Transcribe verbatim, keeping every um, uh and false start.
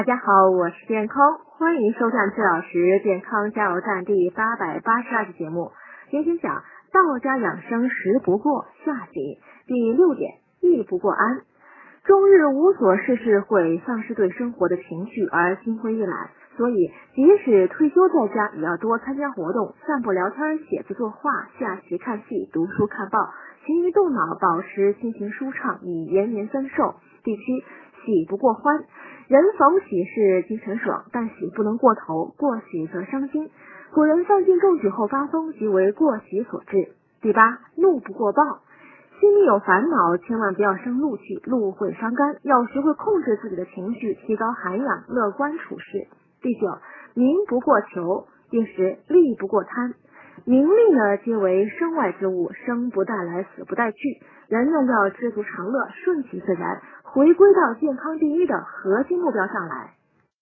大家好，我是健康，欢迎收看崔老师健康加油站第八百八十二期节目。今天讲道家养生食不过下集第六点，义不过安。终日无所事事会丧失对生活的情绪而心灰意懒，所以即使退休在家，也要多参加活动，散步聊天，写字作画，下棋看戏，读书看报，勤于动脑，保持心情舒畅，以延年增寿。第七，喜不过欢。人逢喜事精神爽，但喜不能过头，过喜则伤心。古人放尽中举后发疯，即为过喜所致。第八，怒不过暴。心里有烦恼，千万不要生怒气，怒会伤肝，要学会控制自己的情绪，提高涵养，乐观处事。第九，名不过求。第十，利不过贪。名利呢，皆为身外之物，生不带来，死不带去。人呢，要知足常乐，顺其自然，回归到健康第一的核心目标上来。